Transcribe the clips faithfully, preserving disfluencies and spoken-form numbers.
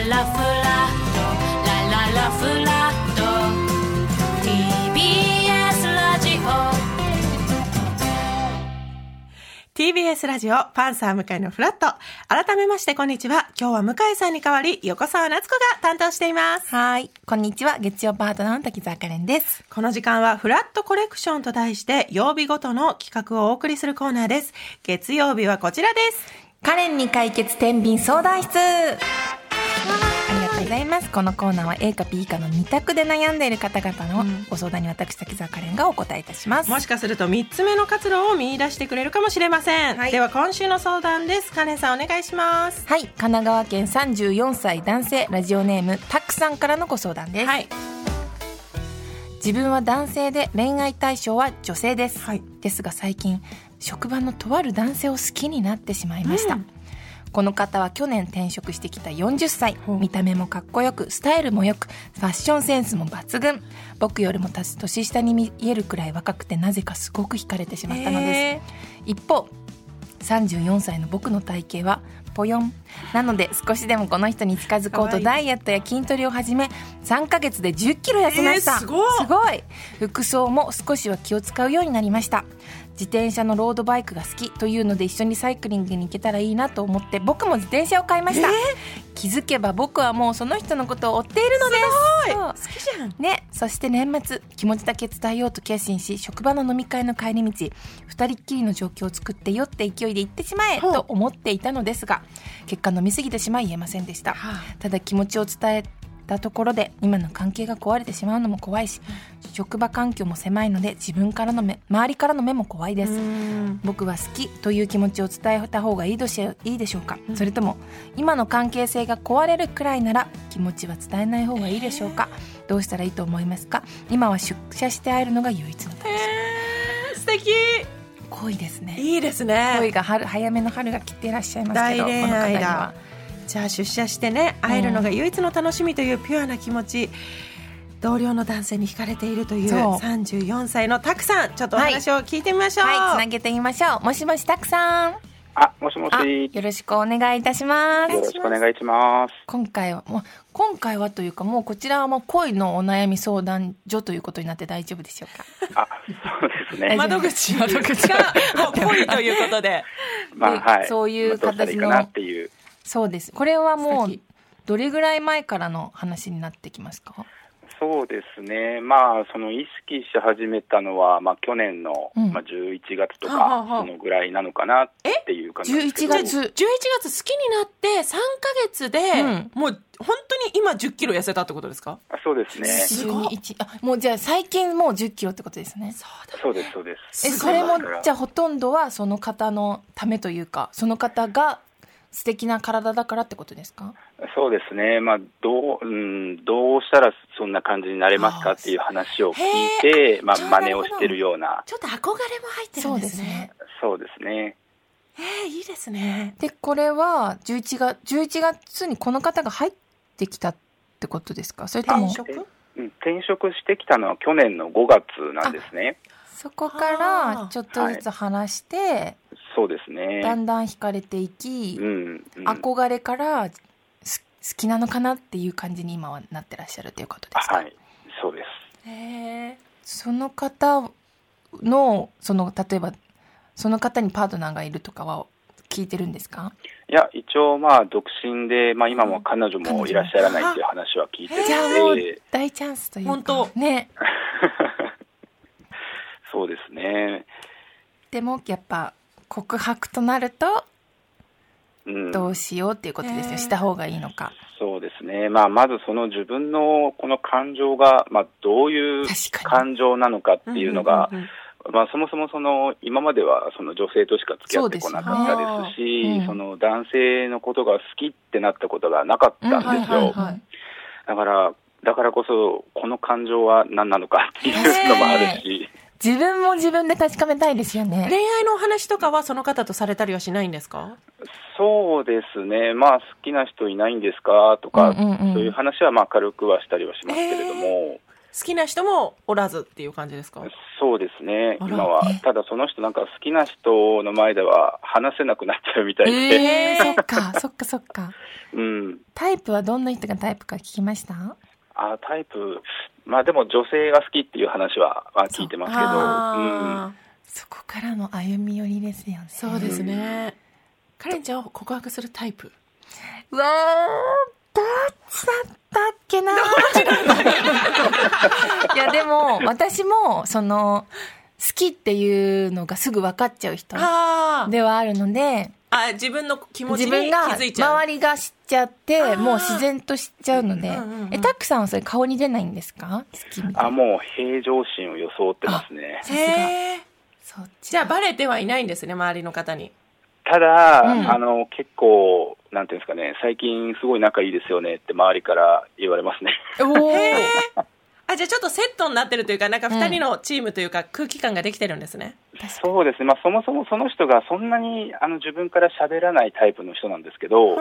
ラフラットラララフラット ティービーエス ラジオティービーエス ラジオパンサー向井のフラット。改めましてこんにちは。今日は向井さんに代わり横澤夏子が担当しています。 はい、こんにちは。月曜パートナーの滝沢カレンです。 この時間はフラットコレクションと題して曜日ごとの企画をお送りするコーナーです。月曜日はこちらです。 カレンに解決天秤相談室。ありがとうございます。このコーナーは A か B かのに択で悩んでいる方々のご相談に私滝沢カレンがお答えいたします。 もしかするとみっつめの活路を見出してくれるかもしれません、はい、では今週の相談です。カレンさんお願いします。 はい、神奈川県さんじゅうよんさい男性、ラジオネームタクさんからのご相談です、はい、自分は男性で恋愛対象は女性です、はい、ですが最近職場のとある男性を好きになってしまいました、うん、この方は去年転職してきたよんじゅっさい、見た目もかっこよくスタイルもよくファッションセンスも抜群、僕よりも年下に見えるくらい若くてなぜかすごく惹かれてしまったのです。一方さんじゅうよんさいの僕の体型はポヨンなので、少しでもこの人に近づこうとダイエットや筋トレを始めさんかげつでじゅっキロ痩せました、えー、すごい、すごい。服装も少しは気を使うようになりました。自転車のロードバイクが好きというので一緒にサイクリングに行けたらいいなと思って僕も自転車を買いました、えー、気づけば僕はもうその人のことを追っているのです。 すごい、好きじゃん、 ね、そして年末気持ちだけ伝えようと決心し、職場の飲み会の帰り道二人っきりの状況を作って酔って勢いで行ってしまえと思っていたのですが、結果飲みすぎてしまい言えませんでした、はあ、ただ気持ちを伝えたところで今の関係が壊れてしまうのも怖いし、職場環境も狭いので自分からの目、周りからの目も怖いです。僕は好きという気持ちを伝えた方がいいでしょうか、それとも今の関係性が壊れるくらいなら気持ちは伝えない方がいいでしょうか、えー、どうしたらいいと思いますか。今は出社して会えるのが唯一の楽しみ、 えー、素敵。 恋ですね。 いいですね。 恋が春、早めの春が来ていらっしゃいますけど、 大恋愛だ。じゃあ出社してね、会えるのが唯一の楽しみというピュアな気持ち、うん、同僚の男性に惹かれているというさんじゅうよんさいのタクさん、ちょっとお話を聞いてみましょう。はい、 はい、つなげてみましょう。もしもしタクさん。 あ、もしもし。 よろしくお願いいたします。 よろしくお願いします。 今回はもう今回はというかもうこちらはもう恋のお悩み相談所ということになって大丈夫でしょうか。 あ、そうですね。 窓口窓口が恋ということで、 まあはい。 そういう形の、 まあ、っていう。 そうです。これはもうどれぐらい前からの話になってきますか。 そうですね、まあ、その意識し始めたのは、まあ、去年の、うん、まあ、じゅういちがつとか、はあはあ、そのぐらいなのかなっていう感じですけど。 じゅういちがつじゅういちがつ好きになってさんかげつで、うん、もう本当に今じゅっキロ痩せたってことですか。 あ、そうですね。 すごい。あ、もうじゃあ最近もうじゅっキロってことですね。 そうだ、そうですそうです。 え、それもじゃあほとんどはその方のためというか、その方が素敵な体だからってことですか。 そうですね、まあ、どう、うん、どうしたらそんな感じになれますかっていう話を聞いて、まあ、真似をしてるような。 ちょっと憧れも入ってるんですね。 そうですね。 えー、いいですね。 で、これはじゅういちがつ、じゅういちがつにこの方が入ってきたってことですか。それとも転職？ うん、転職してきたのは去年のごがつなんですね。 そこからちょっとずつ話して、はい、 そうですね、 だんだん惹かれていき、 うんうん、 憧れから好きなのかなっていう感じに今はなってらっしゃるということですか。 はい、そうです。 へー。その方のその例えばその方にパートナーがいるとかは聞いてるんですか。 いや、一応まあ独身で、まあ、今も彼女もいらっしゃらないっていう話は聞いてるので、 じゃあもう大チャンスというか。 本当ね。 そうですね。 でもやっぱ告白となるとどうしようっていうことですよ、うん、した方がいいのか。 そうですね、まあ、まずその自分のこの感情が、まあ、どういう感情なのかっていうのが、うんうんうんうん、まあ、そもそもその今まではその女性としか付き合ってこなかったですし、そ、ね、うん、その男性のことが好きってなったことがなかったんですよ、うん、はいはいはい、だからだからこそこの感情は何なのかっていうのもあるし、 自分も自分で確かめたいですよね。 恋愛のお話とかはその方とされたりはしないんですか。 そうですね、まあ、好きな人いないんですかとか、うんうんうん、そういう話はまあ軽くはしたりはしますけれども、えー、 好きな人もおらずっていう感じですか？ そうですね、今は。ただその人なんか好きな人の前では話せなくなっちゃうみたいで、 えー、そっかそっかそっか、 うん、 タイプはどんな人がタイプか聞きました？ あ、タイプ、まあでも女性が好きっていう話は、まあ、聞いてますけど、そ,、うん、 そこからの歩み寄りですよね。 そうですね、うん、カレンちゃんを告白するタイプ。 うわー、どっちだったっけな。いやでも私もその好きっていうのがすぐ分かっちゃう人ではあるので、 あ、自分の気持ちに気づいちゃう。 周りが知っちゃってもう自然と知っちゃうので、うんうんうん、えタックさんはそれ顔に出ないんですか？好きみたいな。 あ、もう平常心を装ってますね。 さすが。そっち。 じゃあバレてはいないんですね、周りの方に。 ただ、うん、あの結構なんていうんですかね、最近すごい仲いいですよねって周りから言われますね。 おへー。あ、じゃあちょっとセットになってるというか、なんかふたりのチームというか、空気感ができてるんですね。 うん、そうですね、まあ、そもそもその人がそんなにあの自分から喋らないタイプの人なんですけど、うん、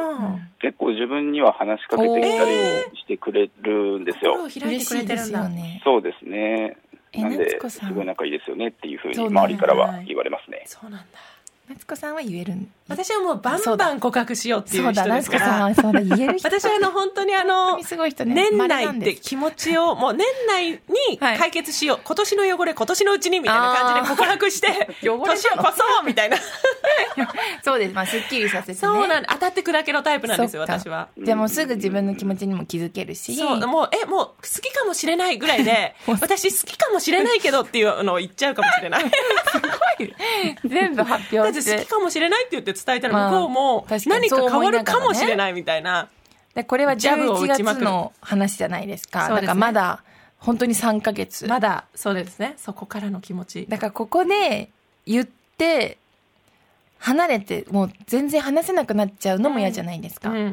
結構自分には話しかけてきたりしてくれるんですよ。 心を開いてくれてるんだ。 ね、 そうですね。なんですごい仲いいですよねっていうふうに周りからは言われますね。 そうなんだ。 夏子さんは言えるん？ 私はもうバンバン告白しようっていう人ですから。 そうだ、夏子さんはそうだ、言える人。 私はあの本当にあのすごい人ね、 年内って気持ちをもう年内に解決しよう、はい、今年の汚れ今年のうちにみたいな感じで告白して年を越そうみたいな。 そうです、まあすっきりさせてね。 そうなんで、当たって砕けのタイプなんですよ私は。 じゃあもうすぐ自分の気持ちにも気づけるし、 そう、もうえもう好きかもしれないぐらいで私好きかもしれないけどっていうのを言っちゃうかもしれない。すごい全部発表して、 だって好きかもしれないって言って伝えたら向こうも何か変わるかもしれないみたいな。 でこれはじゅういちがつの話じゃないですか。だからまだ本当にさんかげつ、 まだそうですね、そこからの気持ちだから、ここで言って離れてもう全然話せなくなっちゃうのも嫌じゃないですか、うんうん、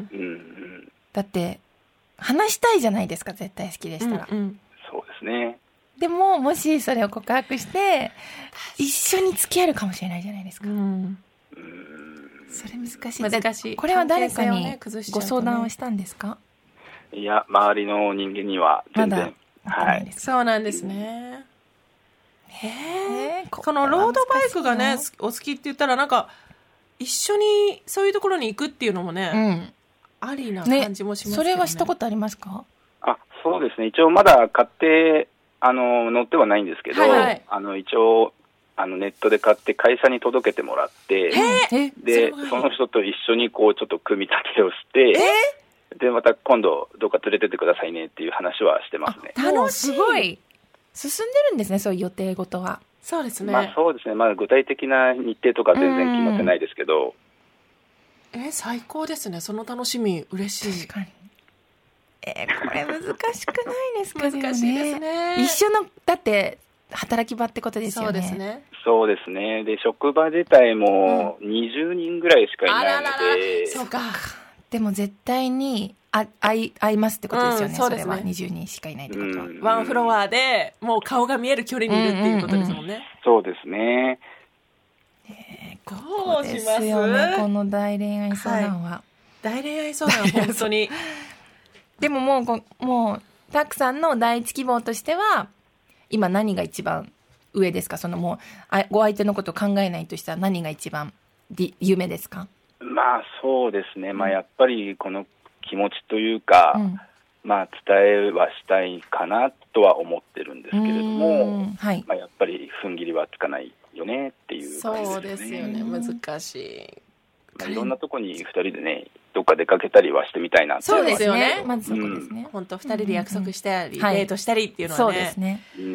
だって話したいじゃないですか、絶対好きでしたら、 うんうん、そうですね。 でももしそれを告白して一緒に付き合えるかもしれないじゃないですか、うん、それ難しい。 難しい。 これは誰かにご相談をしたんですか？ いや、周りの人間には全然、 まだはい、 そうなんですね。へえ。このロードバイクがねお好きって言ったら、なんか一緒にそういうところに行くっていうのもね、うん、ありな感じもしますけどね。 それはしたことありますか？ あ、そうですね。一応まだ買ってあの乗ってはないんですけど、はいはい、あの一応あのネットで買って会社に届けてもらって、でその人と一緒にこうちょっと組み立てをして、でまた今度どっか連れてってくださいねっていう話はしてますね。 楽しい。すごい進んでるんですね、そういう予定ごとは。 そうですね。 まあそうですね。まだ具体的な日程とか全然決まってないですけど。 え最高ですね。その楽しみ嬉しい。 確かに。えー、これ難しくないですか？ 難しいですね。 一緒のだって働き場ってことですよね。 そうですね。 そうですね。で職場自体もにじゅうにんぐらいしかいないので、うん、あらららそうか。 でも絶対にあ会い、会いますってことですよね、うん、そうですね。それはにじゅうにんしかいないってことは、うん、 ワンフロアでもう顔が見える距離にいるっていうことですもんね、うんうんうん、 そうですね。 えー、こうですよね、この大恋愛相談は、はい、 大恋愛相談は本当にでももうこもうたくさんの第一希望としては今何が一番上ですか？そのもうあご相手のことを考えないとしたら何が一番夢ですか？ まあそうですね、まあ、やっぱりこの気持ちというか、うん、まあ伝えはしたいかなとは思ってるんですけれども、はい、まあ、やっぱり踏ん切りはつかないよねっていう感じですね。 そうですよね、難しい、 まあ、いろんなとこにふたりでねどっか出かけたりはしてみたいなって。 そうですよね、まずそこですね、うん、本当ふたりで約束したり、うんうん、デートしたりっていうのはね、はい、そうですね、うん、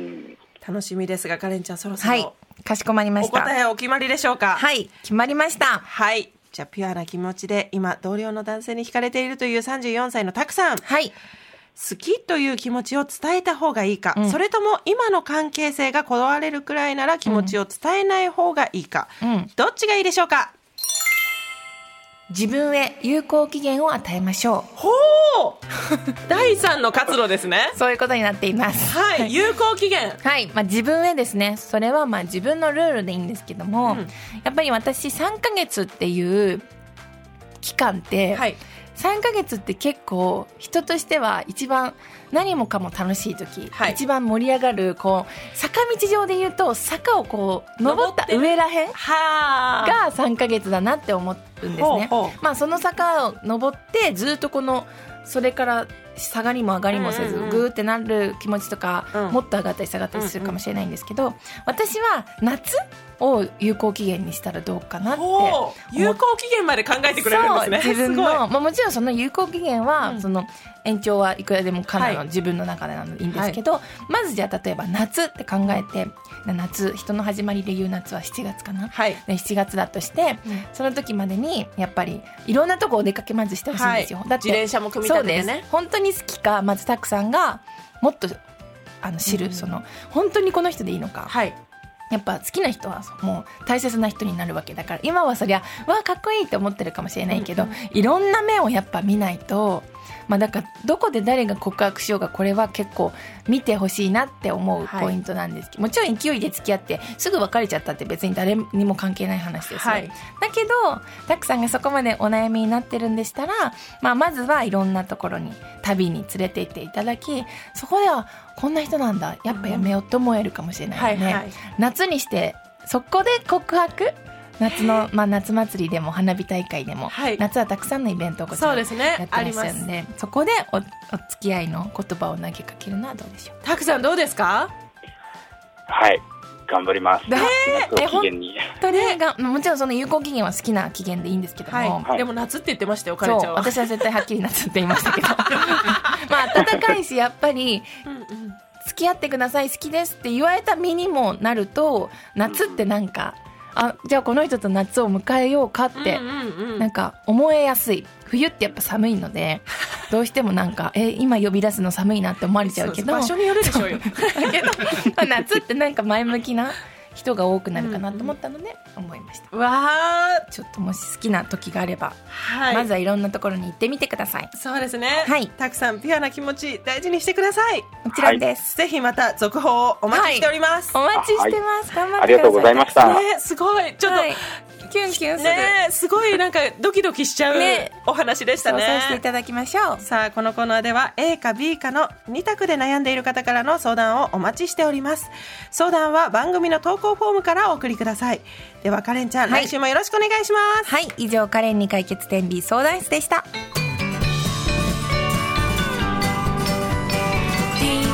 楽しみですが、カレンちゃんそろそろ、はい、 かしこまりました。 お答えお決まりでしょうか？ はい、決まりました。 はい、じゃあピュアな気持ちで今同僚の男性に惹かれているというさんじゅうよんさいのたくさん、はい、好きという気持ちを伝えた方がいいか、うん、それとも今の関係性がこだわれるくらいなら気持ちを伝えない方がいいか、うん、どっちがいいでしょうか？ 自分へ有効期限を与えましょう。 ほうだいさんの活路ですね。 そういうことになっています。 はい、有効期限、 はい、まあ、自分へですね。それはまあ自分のルールでいいんですけども、うん、やっぱり私さんかげつっていう期間って、はい、 さんかげつって結構人としては一番何もかも楽しい時、はい、一番盛り上がるこう坂道上で言うと坂をこう登った上らへんがさんかげつだなって思うんですね。ほうほう、まあ、その坂を登ってずっとこのそれから下がりも上がりもせず、うんうん、グーってなる気持ちとか、うん、もっと上がったり下がったりするかもしれないんですけど、うんうん、私は夏を有効期限にしたらどうかなって有効期限まで考えてくれるんですね。 そう自分の、まあ、もちろんその有効期限は、うん、その延長はいくらでも可能の、はい、自分の中でなのでいいんですけど、はい、まずじゃあ例えば夏って考えて夏人の始まりで言う夏はしちがつかな、はい、でしちがつだとして、うん、その時までにやっぱりいろんなとこお出かけまずしてほしいんですよ、 はい、 だって自転車も組み立ててね。 そうです。本当に好きかまずたくさんがもっとあの知る、うん、その本当にこの人でいいのか、はい、やっぱ好きな人はもう大切な人になるわけだから今はそりゃわかっこいいって思ってるかもしれないけど、うんうん、いろんな面をやっぱ見ないと、まあ、だからどこで誰が告白しようがこれは結構見てほしいなって思うポイントなんですけど、はい、もちろん勢いで付き合ってすぐ別れちゃったって別に誰にも関係ない話ですよ、はい、だけどたくさんがそこまでお悩みになってるんでしたら、まあ、まずはいろんなところに旅に連れて行っていただき、そこではこんな人なんだやっぱやめようと思えるかもしれないよね、はいはい、夏にしてそこで告白夏の、まあ、夏祭りでも花火大会でも、はい、夏はたくさんのイベントをこちらやってらっしゃるん で, で、ね、そこで お, お付き合いの言葉を投げかけるのはどうでしょう。 たくさんどうですか？ はい頑張ります。 えー、本当にがもちろんその有効期限は好きな期限でいいんですけども、はいはい、でも夏って言ってましたよ、カレちゃんは。 私は絶対はっきり夏って言いましたけどまあ暖かいしやっぱりうん、うん、付き合ってください好きですって言われた身にもなると夏ってなんかあじゃあこの人と夏を迎えようかってなんか思いやすい。冬ってやっぱ寒いのでどうしてもなんかえ今呼び出すの寒いなって思われちゃうけど場所によるでしょうよだけど、まあ、夏ってなんか前向きな人が多くなるかなと思ったので思いました。 うんうん、わーちょっともし好きな時があれば、はい、まずはいろんなところに行ってみてください。 そうですね、 はい、 たくさんピュアな気持ち大事にしてください。 もちろんです、 はい、ぜひまた続報をお待ちしております、 はい、お待ちしてます、はい、頑張ってください。 ありがとうございました、 ね、すごいちょっと、はい、 キュンキュンする、 ね、すごいなんかドキドキしちゃう、ね、お話でしたね。 そうさせていただきましょう。 さあこのコーナーでは A か B かのに択で悩んでいる方からの相談をお待ちしております。相談は番組の投稿フォームからお送りください。ではカレンちゃん、はい、来週もよろしくお願いします。 はい、以上カレンに解決天理相談室でした。 ティー